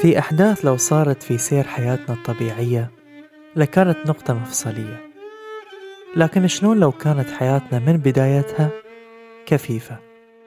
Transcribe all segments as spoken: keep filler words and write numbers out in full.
في أحداث لو صارت في سير حياتنا الطبيعية لكانت نقطة مفصلية، لكن شلون لو كانت حياتنا من بدايتها كفيفة؟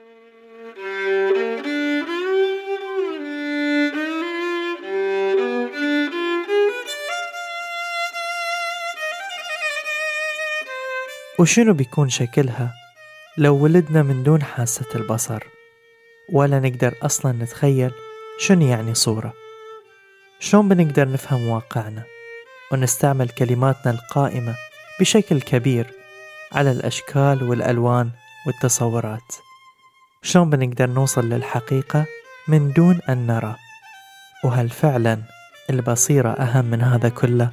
وشنو بيكون شكلها لو ولدنا من دون حاسة البصر ولا نقدر أصلا نتخيل شنو يعني صورة؟ شلون بنقدر نفهم واقعنا ونستعمل كلماتنا القائمة بشكل كبير على الأشكال والألوان والتصورات؟ شلون بنقدر نوصل للحقيقة من دون أن نرى؟ وهل فعلا البصيرة أهم من هذا كله؟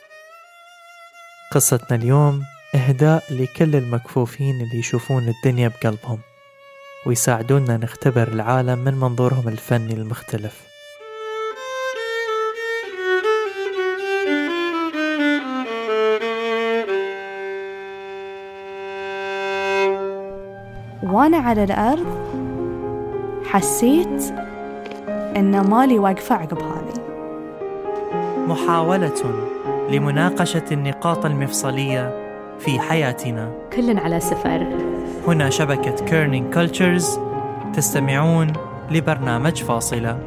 قصتنا اليوم إهداء لكل المكفوفين اللي يشوفون الدنيا بقلبهم ويساعدونا نختبر العالم من منظورهم الفني المختلف. وأنا على الأرض حسيت أن مالي واقفة عقب هذه. محاولة لمناقشة النقاط المفصلية في حياتنا، كلن على سفر. هنا شبكة كيرنينج كولتشرز، تستمعون لبرنامج فاصلة.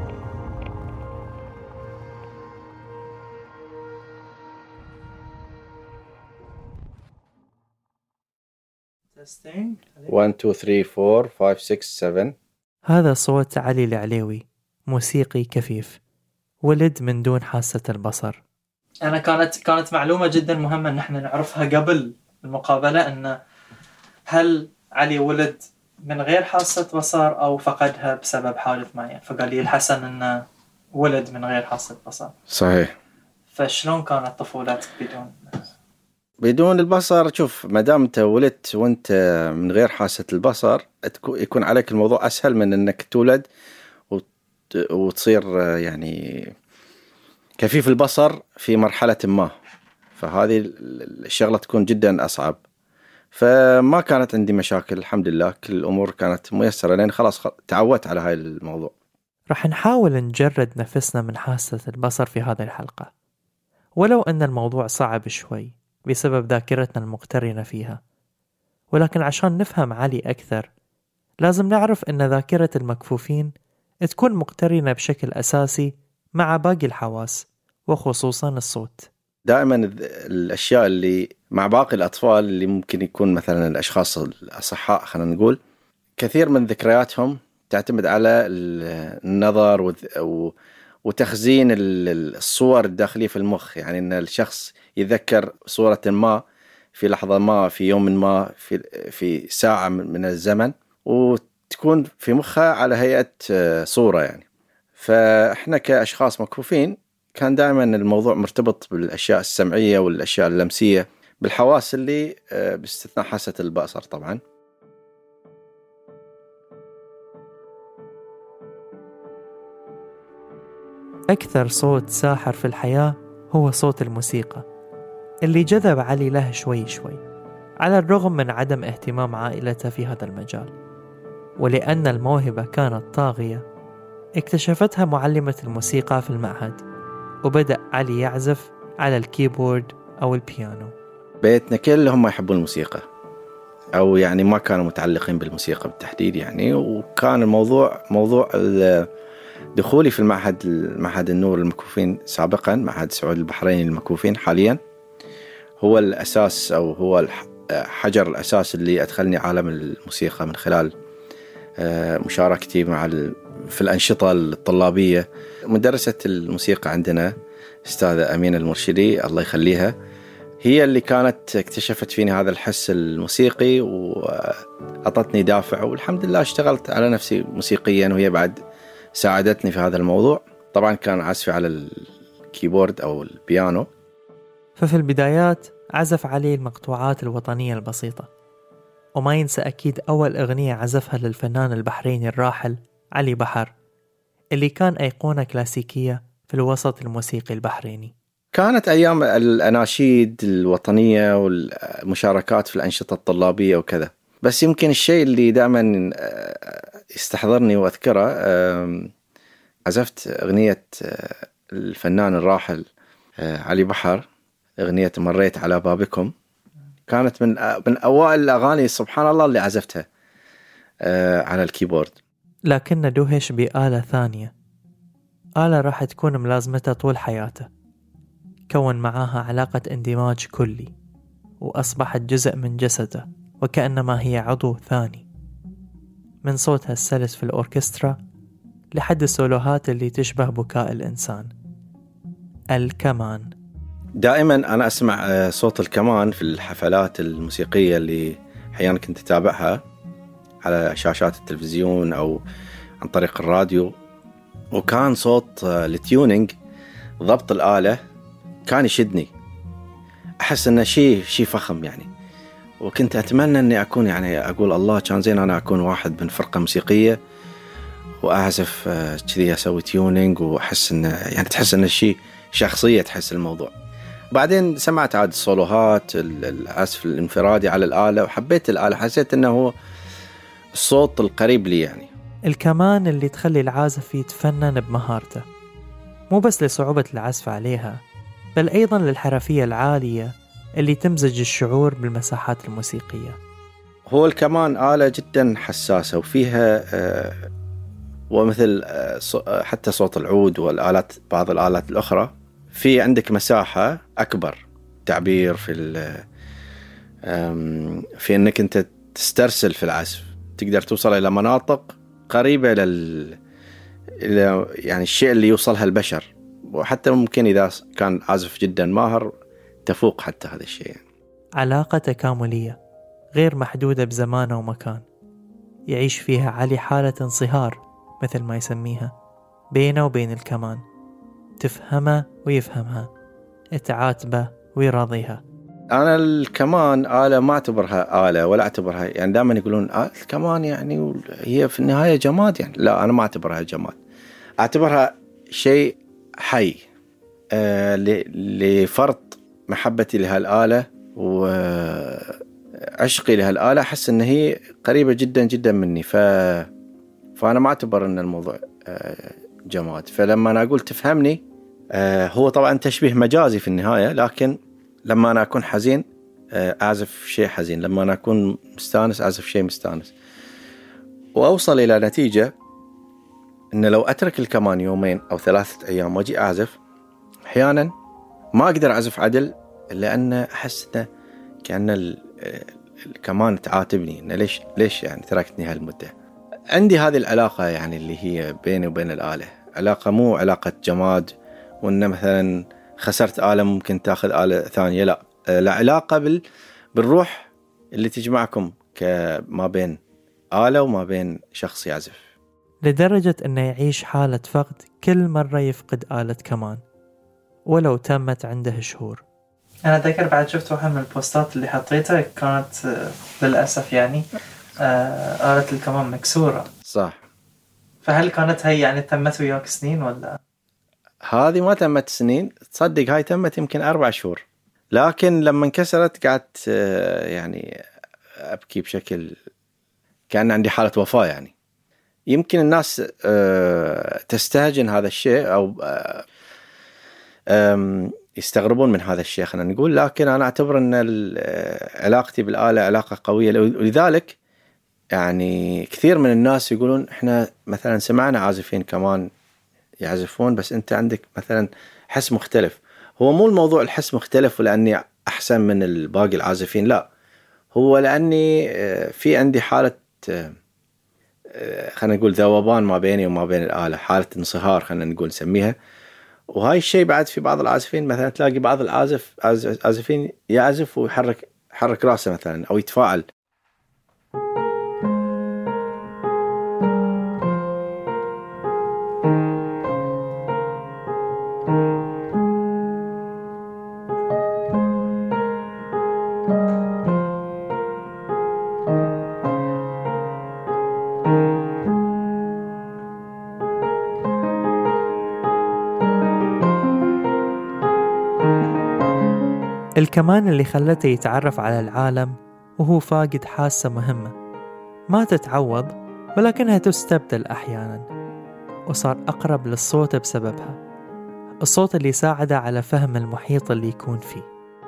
واحد اثنين ثلاثة أربعة خمسة ستة سبعة. هذا صوت علي العليوي، موسيقي كفيف، ولد من دون حاسة البصر. أنا كانت كانت معلومة جدا مهمة إن احنا نعرفها قبل المقابلة، إن هل علي ولد من غير حاسة بصر أو فقدها بسبب حادث معين؟ فقال لي الحسن إنه ولد من غير حاسة بصر. صحيح. فشلون كانت طفولتك بدون بدون البصر؟ شوف، ما دام انت ولدت وانت من غير حاسة البصر يكون عليك الموضوع اسهل من انك تولد وتصير يعني كفيف البصر في مرحلة ما، فهذه الشغلة تكون جدا اصعب. فما كانت عندي مشاكل الحمد لله، كل الامور كانت ميسرة لان خلاص تعودت على هاي الموضوع. رح نحاول نجرد نفسنا من حاسة البصر في هذه الحلقة، ولو ان الموضوع صعب شوي بسبب ذاكرتنا المقترنة فيها، ولكن عشان نفهم علي أكثر لازم نعرف أن ذاكرة المكفوفين تكون مقترنة بشكل أساسي مع باقي الحواس وخصوصا الصوت. دائما الأشياء اللي مع باقي الأطفال اللي ممكن يكون مثلا الأشخاص الأصحاء خلينا نقول، كثير من ذكرياتهم تعتمد على النظر وتخزين الصور الداخلية في المخ. يعني أن الشخص يذكر صورة ما في لحظة ما في يوم ما في في ساعة من الزمن وتكون في مخها على هيئة صورة يعني. فإحنا كأشخاص مكفوفين كان دائما الموضوع مرتبط بالأشياء السمعية والأشياء اللمسية بالحواس اللي باستثناء حاسة البصر طبعا. أكثر صوت ساحر في الحياة هو صوت الموسيقى اللي جذب علي له شوي شوي على الرغم من عدم اهتمام عائلته في هذا المجال. ولأن الموهبة كانت طاغية اكتشفتها معلمة الموسيقى في المعهد، وبدأ علي يعزف على الكيبورد أو البيانو. بيتنا كلهم ما يحبون الموسيقى، أو يعني ما كانوا متعلقين بالموسيقى بالتحديد يعني. وكان الموضوع موضوع دخولي في المعهد معهد النور المكفوفين سابقا، معهد سعود البحريني المكفوفين حاليا، هو الأساس أو هو حجر الأساس اللي أدخلني عالم الموسيقى من خلال مشاركتي مع في الأنشطة الطلابية. مدرسة الموسيقى عندنا أستاذة أمينة المرشدي الله يخليها، هي اللي كانت اكتشفت فيني هذا الحس الموسيقي وأعطتني دافع، والحمد لله اشتغلت على نفسي موسيقيا وهي بعد ساعدتني في هذا الموضوع. طبعا كان عزفي على الكيبورد أو البيانو. ففي البدايات عزف علي المقطوعات الوطنية البسيطة، وما ينسى أكيد أول أغنية عزفها للفنان البحريني الراحل علي بحر، اللي كان أيقونة كلاسيكية في الوسط الموسيقي البحريني. كانت أيام الأناشيد الوطنية والمشاركات في الأنشطة الطلابية وكذا. بس يمكن الشيء اللي دائما يستحضرني وأذكره عزفت أغنية الفنان الراحل علي بحر، أغنية مريت على بابكم، كانت من من أوائل الأغاني سبحان الله اللي عزفتها على الكيبورد. لكن دوهش بآلة ثانية، آلة راح تكون ملازمته طول حياته، كون معاها علاقة اندماج كلي وأصبحت جزء من جسده وكأنما هي عضو ثاني، من صوتها السلس في الأوركسترا لحد السولوهات اللي تشبه بكاء الإنسان، الكمان. دائما أنا أسمع صوت الكمان في الحفلات الموسيقية اللي أحيانا كنت أتابعها على شاشات التلفزيون أو عن طريق الراديو، وكان صوت التيونينج ضبط الآلة كان يشدني، أحس إنه شيء شيء فخم يعني. وكنت أتمنى إني أكون يعني أقول الله كان زين أنا أكون واحد من فرقة موسيقية وأعزف كذي أسوي تيونينج، وأحس إنه يعني تحس إنه شيء شخصية تحس الموضوع. بعدين سمعت عاد الصولوهات العزف الانفرادي على الآلة وحبيت الآلة، حسيت إنه هو الصوت القريب لي يعني. الكمان اللي تخلي العازف يتفنن بمهارته، مو بس لصعوبة العزف عليها بل أيضا للحرفية العالية اللي تمزج الشعور بالمساحات الموسيقية. هو الكمان آلة جدا حساسة وفيها آه ومثل آه حتى صوت العود والآلات بعض الآلات الأخرى في عندك مساحة أكبر تعبير في في أنك أنت تسترسل في العزف، تقدر توصل إلى مناطق قريبة لل إلى يعني الشيء اللي يوصلها البشر، وحتى ممكن إذا كان عازف جدا ماهر تفوق حتى هذا الشيء. علاقة تكاملية غير محدودة بزمان ومكان، يعيش فيها علي حالة انصهار مثل ما يسميها بينه وبين الكمان، تفهمه ويفهمها، تعاتبه ويراضيها. أنا الكمان آلة ما أعتبرها آلة ولا أعتبرها يعني دائما يقولون آه الكمان يعني هي في النهاية جماد يعني، لا أنا ما أعتبرها جماد، أعتبرها شيء حي آه لفرط محبتي لهالآلة وعشقي لهالآلة، أحس إن هي قريبة جدا جدا مني، ف... فأنا ما أعتبر إن الموضوع آه جماد. فلما أنا أقول تفهمني آه هو طبعا تشبيه مجازي في النهاية، لكن لما أنا أكون حزين أعزف شيء حزين، لما أنا أكون مستانس أعزف شيء مستانس، وأوصل إلى نتيجة إن لو أترك الكمان يومين أو ثلاثة أيام وأجي أعزف أحيانا ما أقدر أعزف عدل، لأن أحس إنه كأن الكمان تعاتبني إنه ليش ليش يعني تركتني هالمدة. عندي هذه العلاقة يعني اللي هي بيني وبين الآلة، علاقة مو علاقة جماد وإن مثلا خسرت آلة ممكن تأخذ آلة ثانية، لا لا علاقة بال بالروح اللي تجمعكم كما بين آلة وما بين شخص يعزف، لدرجة أنه يعيش حالة فقد كل مرة يفقد آلة كمان ولو تمت عنده شهور. أنا أذكر بعد شفت واحد من البوستات اللي حطيتها كانت للأسف يعني آلة الكمان مكسورة. صح. فهل كانت هي يعني تمت وياك سنين ولا؟ هذه ما تمت سنين، تصدق هاي تمت يمكن أربع شهور، لكن لما انكسرت قعدت يعني أبكي بشكل كأن عندي حالة وفاة يعني. يمكن الناس تستهجن هذا الشيء أو يستغربون من هذا الشيء خلينا نقول، لكن أنا أعتبر أن علاقتي بالآلة علاقة قوية، ولذلك يعني كثير من الناس يقولون إحنا مثلا سمعنا عازفين كمان يعزفون بس أنت عندك مثلا حس مختلف. هو مو الموضوع الحس مختلف ولأني أحسن من الباقي العازفين، لا، هو لأني في عندي حالة خلينا نقول ذوبان ما بيني وما بين الآلة، حالة انصهار خلينا نقول نسميها. وهاي الشيء بعد في بعض العازفين مثلا تلاقي بعض العازف عازفين يعزف ويحرك حرك راسه مثلا أو يتفاعل. الكمان اللي خلته يتعرف على العالم وهو فاقد حاسة مهمة ما تتعوض ولكنها تستبدل أحيانا، وصار أقرب للصوت بسببها، الصوت اللي ساعده على فهم المحيط اللي يكون فيه.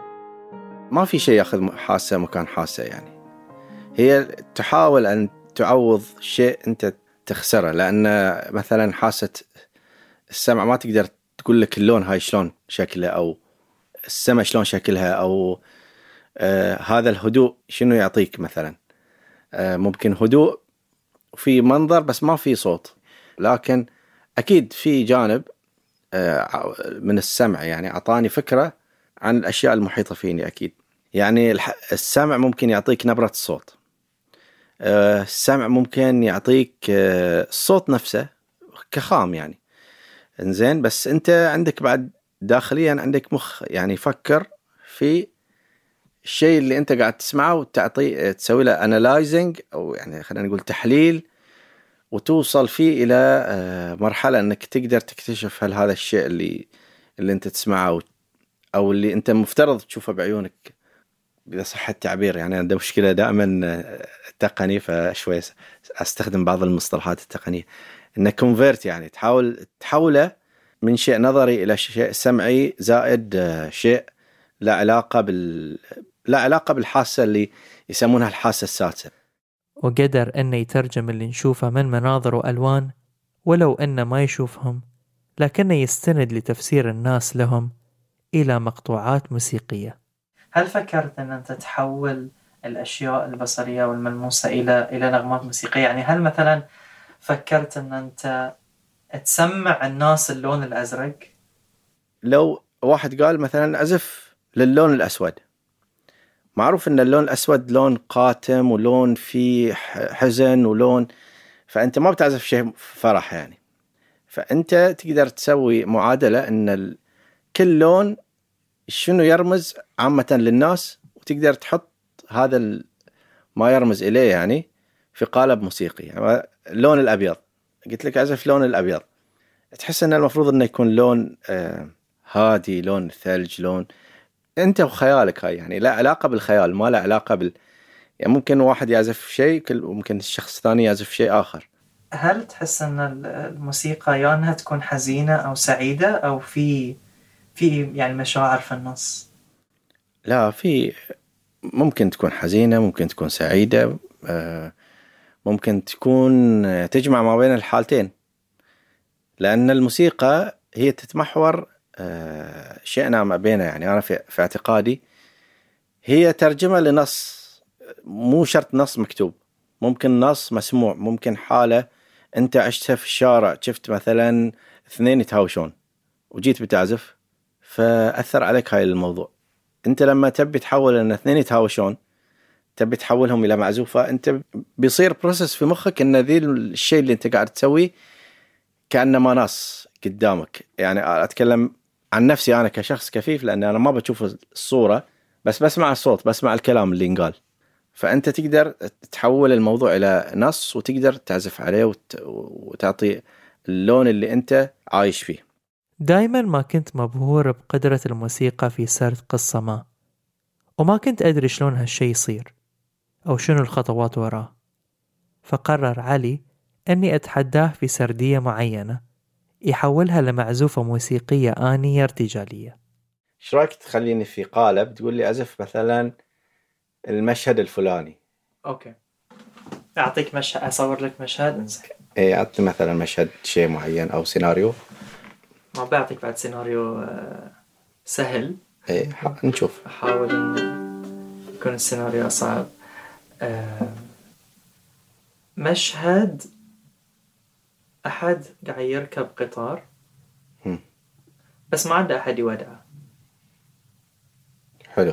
ما في شيء يأخذ حاسة مكان حاسة، يعني هي تحاول أن تعوض شيء أنت تخسره، لأن مثلا حاسة السمع ما تقدر تقول لك اللون هاي شلون شكله، أو السمع شلون شكلها، أو آه هذا الهدوء شنو يعطيك مثلا. آه ممكن هدوء في منظر بس ما في صوت، لكن أكيد في جانب آه من السمع يعني أعطاني فكرة عن الأشياء المحيطة فيني. أكيد يعني السمع ممكن يعطيك نبرة الصوت، آه السمع ممكن يعطيك آه الصوت نفسه كخام يعني إنزين، بس أنت عندك بعد داخليا عندك مخ يعني فكر في الشيء اللي أنت قاعد تسمعه وتعطي تسوي له analyzing، أو يعني خلينا نقول تحليل، وتوصل فيه إلى مرحلة أنك تقدر تكتشف هل هذا الشيء اللي اللي أنت تسمعه أو اللي أنت مفترض تشوفه بعيونك، إذا صح التعبير. يعني عندي مشكلة دائما تقني، فشوي أستخدم بعض المصطلحات التقنية، إنك convert يعني تحاول تحوله من شيء نظري إلى شيء سمعي زائد شيء لا علاقة بال لا علاقة بالحاسة اللي يسمونها الحاسة السادسة. وقدر أنه يترجم اللي نشوفه من مناظر وألوان، ولو أنه ما يشوفهم، لكنه يستند لتفسير الناس لهم إلى مقطوعات موسيقية. هل فكرت أن أنت تحول الأشياء البصرية والملموسة إلى إلى نغمات موسيقية؟ يعني هل مثلا فكرت أن أنت تسمع الناس اللون الأزرق؟ لو واحد قال مثلا أزف للون الأسود، معروف أن اللون الأسود لون قاتم ولون فيه حزن ولون، فأنت ما بتعزف شيء فرح يعني. فأنت تقدر تسوي معادلة أن كل لون شنو يرمز عامة للناس، وتقدر تحط هذا ما يرمز إليه يعني في قالب موسيقي. يعني اللون الأبيض، قلت لك أعزف لون الأبيض، تحس أن المفروض أنه يكون لون آه هادي، لون الثلج، لون أنت وخيالك هاي، يعني لا علاقة بالخيال، ما لا علاقة بال يعني ممكن واحد يعزف شيء وممكن الشخص الثاني يعزف شيء آخر. هل تحس أن الموسيقى يا أنها تكون حزينة أو سعيدة، أو في في يعني مشاعر في النص؟ لا، في ممكن تكون حزينة، ممكن تكون سعيدة، ممكن تكون تجمع ما بين الحالتين، لأن الموسيقى هي تتمحور شئنا ما بينها. يعني أنا في اعتقادي هي ترجمة لنص، مو شرط نص مكتوب، ممكن نص مسموع، ممكن حالة أنت عشتها في الشارع، شفت مثلا اثنين يتهاوشون وجيت بتعزف فأثر عليك هاي الموضوع. أنت لما تبي تحول أن اثنين يتهاوشون تبي تحولهم إلى معزوفة، أنت بيصير بروسس في مخك أن ذي الشيء اللي أنت قاعد تسويه كأنما نص قدامك. يعني أتكلم عن نفسي أنا كشخص كفيف، لأن أنا ما بشوف الصورة بس بسمع الصوت، بسمع الكلام اللي ينقال، فأنت تقدر تحول الموضوع إلى نص وتقدر تعزف عليه وت... وتعطي اللون اللي أنت عايش فيه. دايما ما كنت مبهور بقدرة الموسيقى في سرد قصة ما، وما كنت أدري شلون هالشي يصير أو شنو الخطوات وراه. فقرر علي أني أتحداه في سردية معينة يحولها لمعزوفة موسيقية آنية ارتجالية. ايش رايك تخليني في قالب تقول لي أزف مثلا المشهد الفلاني؟ أوكي، أعطيك مشهد، أصور لك مشهد. انزين، ايه أعطي مثلا مشهد شيء معين أو سيناريو. ما بعطيك بعد سيناريو سهل. ايه نشوف. أحاول أن يكون السيناريو صعب. مشهد أحد قاعد يركب قطار بس ما عنده أحد يودعه. حلو.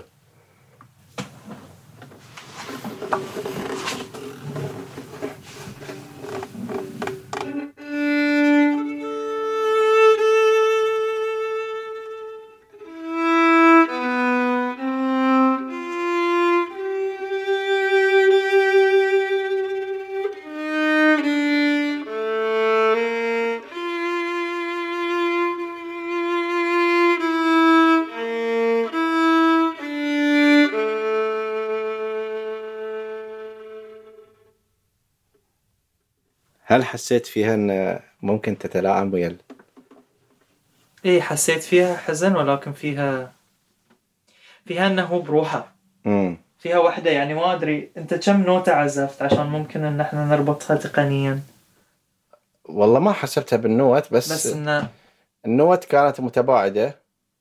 هل حسيت فيها أن ممكن تتلاعب ويا؟ إيه حسيت فيها حزن، ولكن فيها فيها أنه بروحها. مم. فيها وحدة، يعني ما أدري أنت كم نوتة عزفت عشان ممكن أن احنا نربطها تقنيا. والله ما حسبتها بالنوت، بس, بس إن النوت كانت متباعدة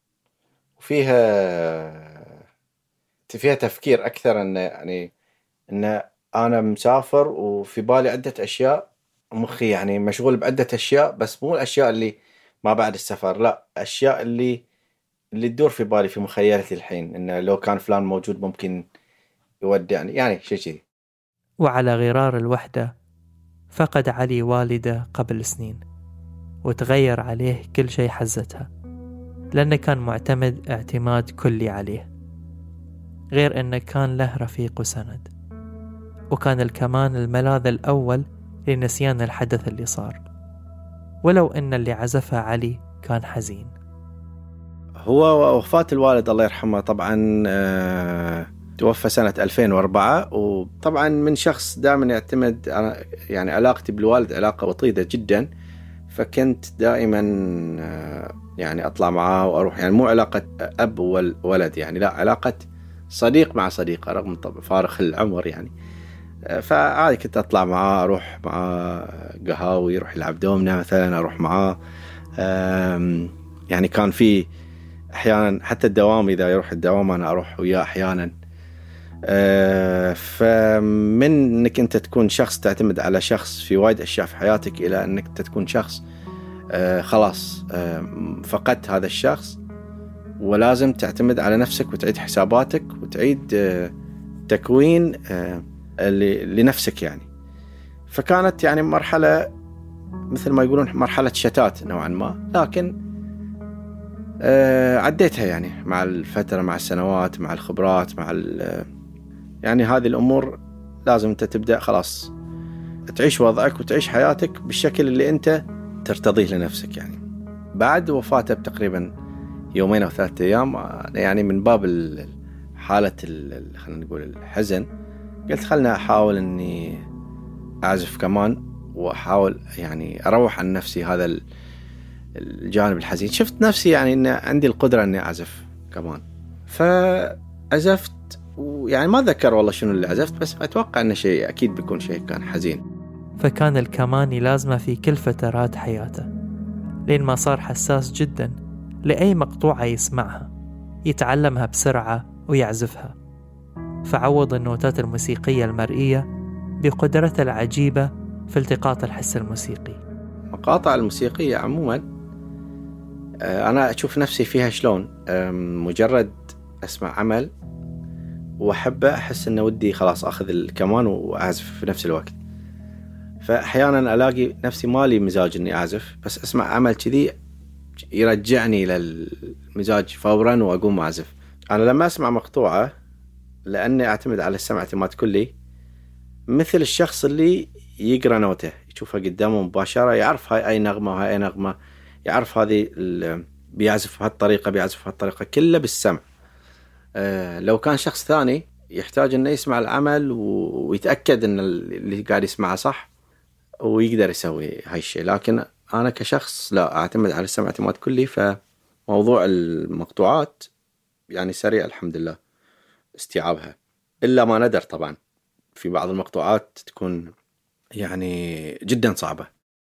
وفيها فيها تفكير أكثر، أن يعني أن أنا مسافر وفي بالي عدة أشياء، مخي يعني مشغول بعدة أشياء، بس مو الأشياء اللي ما بعد السفر، لا أشياء اللي اللي تدور في بالي في مخيلتي الحين، إنه لو كان فلان موجود ممكن يودعني، يعني شيء شيء. وعلى غرار الوحدة فقد علي والده قبل سنين، وتغير عليه كل شيء حزتها، لأنه كان معتمد اعتماد كلي عليه، غير أنه كان له رفيق وسند، وكان الكمان الملاذ الأول لنسيان الحدث اللي صار، ولو أن اللي عزفه علي كان حزين. هو وفاة الوالد الله يرحمه طبعا آه توفى سنة ألفين وأربعة، وطبعا من شخص دائما يعتمد، يعني علاقتي بالوالد علاقة وطيدة جدا، فكنت دائما آه يعني أطلع معاه وأروح، يعني مو علاقة أب وولد يعني، لا علاقة صديق مع صديق رغم طبعا فارق العمر يعني. فعادي كنت أطلع معاه، أروح معاه قهاوي، يروح يلعب دومنا مثلا أروح معاه، يعني كان في أحيانا حتى الدوام إذا يروح الدوام أنا أروح وياه أحيانا. فمن أنك أنت تكون شخص تعتمد على شخص في وايد أشياء في حياتك، إلى أنك تكون شخص خلاص فقدت هذا الشخص ولازم تعتمد على نفسك وتعيد حساباتك وتعيد تكوين لنفسك يعني. فكانت يعني مرحلة مثل ما يقولون مرحلة شتات نوعا ما، لكن عديتها يعني مع الفترة، مع السنوات، مع الخبرات، مع يعني هذه الأمور لازم أنت تبدأ خلاص تعيش وضعك وتعيش حياتك بالشكل اللي أنت ترتضيه لنفسك يعني. بعد وفاته بتقريبا يومين أو ثلاثة أيام يعني من باب حالة خلينا نقول الحزن، قلت خلنا أحاول أني أعزف كمان وأحاول يعني أروح عن نفسي هذا الجانب الحزين. شفت نفسي يعني أن عندي القدرة أني أعزف كمان، فعزفت ويعني ما ذكر والله شنو اللي عزفت، بس أتوقع أنه شيء أكيد بيكون شيء كان حزين. فكان الكمان لازمه في كل فترات حياته، لين ما صار حساس جدا لأي مقطوعة يسمعها، يتعلمها بسرعة ويعزفها، فعوض النوتات الموسيقية المرئية بقدرته العجيبة في التقاط الحس الموسيقي. مقاطع الموسيقية عموما أنا أشوف نفسي فيها شلون، مجرد أسمع عمل وأحبه أحس أنه ودي خلاص أخذ الكمان وأعزف في نفس الوقت. فأحيانا ألاقي نفسي مالي مزاج أني أعزف، بس أسمع عمل كذي يرجعني إلى المزاج فورا وأقوم أعزف. أنا لما أسمع مقطوعة لأني أعتمد على السمع اعتماد كلي، مثل الشخص اللي يقرأ نوته يشوفها قدامه مباشرة، يعرف هاي أي نغمة وهاي أي نغمة، يعرف هذه بيعزف بهالطريقة بيعزف بهالطريقة، كله بالسمع. أه لو كان شخص ثاني يحتاج أنه يسمع العمل ويتأكد أن اللي قاعد يسمعه صح ويقدر يسوي هاي الشيء. لكن أنا كشخص لا أعتمد على السمع اعتماد كلي، فموضوع المقطوعات يعني سريع الحمد لله استيعابها، إلا ما ندر طبعا في بعض المقطوعات تكون يعني جدا صعبة.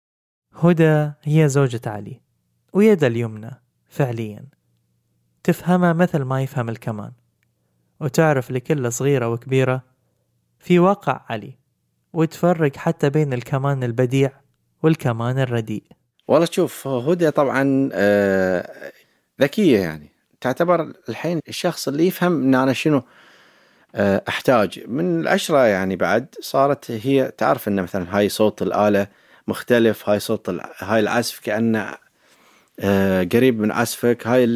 هدى هي زوجة علي ويدها اليمنى فعليا، تفهمها مثل ما يفهم الكمان، وتعرف لكل صغيرة وكبيرة في واقع علي، وتفرق حتى بين الكمان البديع والكمان الرديء. والله تشوف هدى طبعا ذكية، يعني تعتبر الحين الشخص اللي يفهم ان انا شنو احتاج من العشرة، يعني بعد صارت هي تعرف ان مثلا هاي صوت الآلة مختلف، هاي صوت هاي العزف كأنه قريب من عزفك، هاي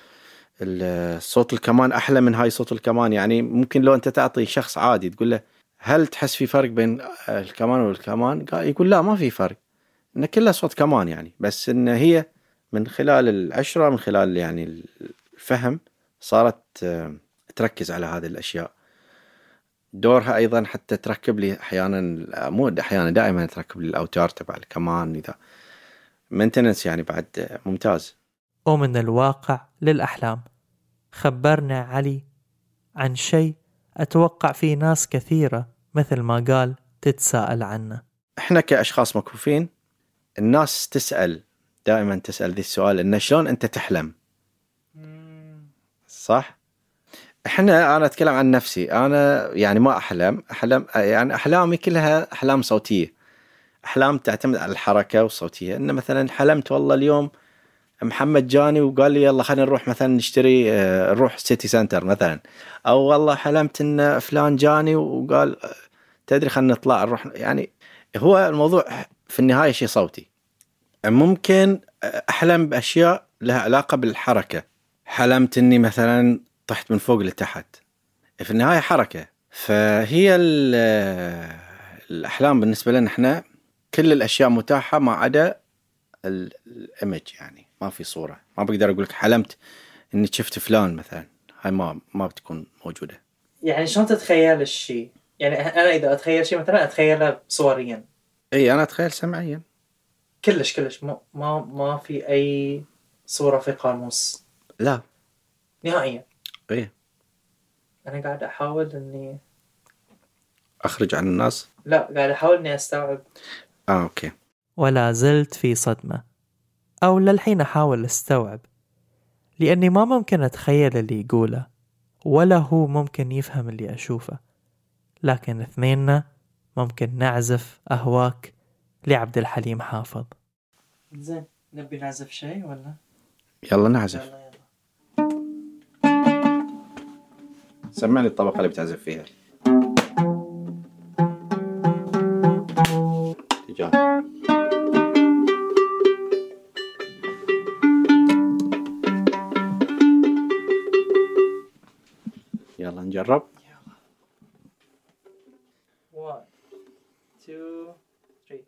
الصوت الكمان احلى من هاي صوت الكمان. يعني ممكن لو انت تعطي شخص عادي تقول له هل تحس في فرق بين الكمان والكمان، يقول لا ما في فرق، إن كلها صوت كمان يعني. بس إن هي من خلال العشرة من خلال يعني الفهم صارت تركز على هذه الأشياء. دورها أيضا حتى تركب لي أحيانا، مو أحيانا دائما تركب لي الأوتار تبع الكمان، إذا مينتنس يعني بعد ممتاز. ومن الواقع للأحلام، خبرنا علي عن شيء أتوقع في ناس كثيرة مثل ما قال تتساءل عنه. إحنا كأشخاص مكفوفين الناس تسأل دائما، تسأل ذي السؤال إنه شلون أنت تحلم؟ صح؟ إحنا أنا أتكلم عن نفسي، أنا يعني ما أحلم أحلم يعني أحلامي كلها أحلام صوتية، أحلام تعتمد على الحركة والصوتية. إن مثلا حلمت والله اليوم محمد جاني وقال لي يلا خلينا نروح مثلا نشتري نروح سيتي سنتر مثلا، أو والله حلمت إن فلان جاني وقال تدري خلينا نطلع نروح. يعني هو الموضوع في النهاية شيء صوتي. ممكن أحلم بأشياء لها علاقة بالحركة، حلمت إني مثلا طحت من فوق لتحت، في النهاية حركة. فهي الأحلام بالنسبة لنا إحنا كل الأشياء متاحة ما عدا الإيمج، يعني ما في صورة. ما بقدر أقولك حلمت إني شفت فلان مثلا، هاي ما ما بتكون موجودة. يعني شلون تتخيل الشيء؟ يعني أنا إذا أتخيل شيء مثلا أتخيله صوريا. إيه أنا أتخيل سمعيا. كلش كلش ما ما ما في أي صورة في قاموس. لا نهائيا. إيه أنا قاعد أحاول إني أخرج عن الناس. لا قاعد أحاول إني أستوعب. آه أوكي. ولا زلت في صدمة، أو للحين أحاول أستوعب، لأني ما ممكن أتخيل اللي يقوله ولا هو ممكن يفهم اللي أشوفه، لكن اثنيننا ممكن نعزف أهواك لعبد الحليم حافظ. زين نبي نعزف شيء ولا؟ يلا نعزف. يلا يلا. سمعني الطبقة اللي بتعزف فيها. تجاه. يلا نجرب. One, two, three.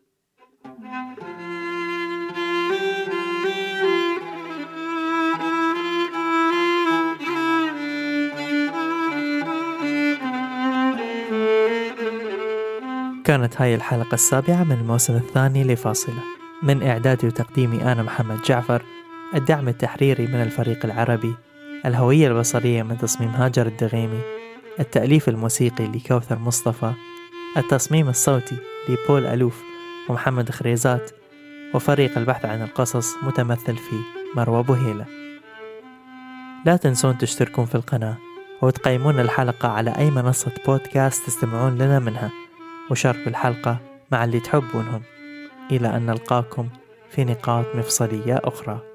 كانت هاي الحلقة السابعة من الموسم الثاني لفاصلة، من إعدادي وتقديمي أنا محمد جعفر، الدعم التحريري من الفريق العربي، الهوية البصرية من تصميم هاجر الدغيمي، التأليف الموسيقي لكوثر مصطفى، التصميم الصوتي لبول ألوف ومحمد خريزات، وفريق البحث عن القصص متمثل في مروى بوهيلة. لا تنسون تشتركون في القناة وتقيمون الحلقة على أي منصة بودكاست تستمعون لنا منها، وشاركوا الحلقة مع اللي تحبونهم. إلى أن نلقاكم في نقاط مفصلية أخرى.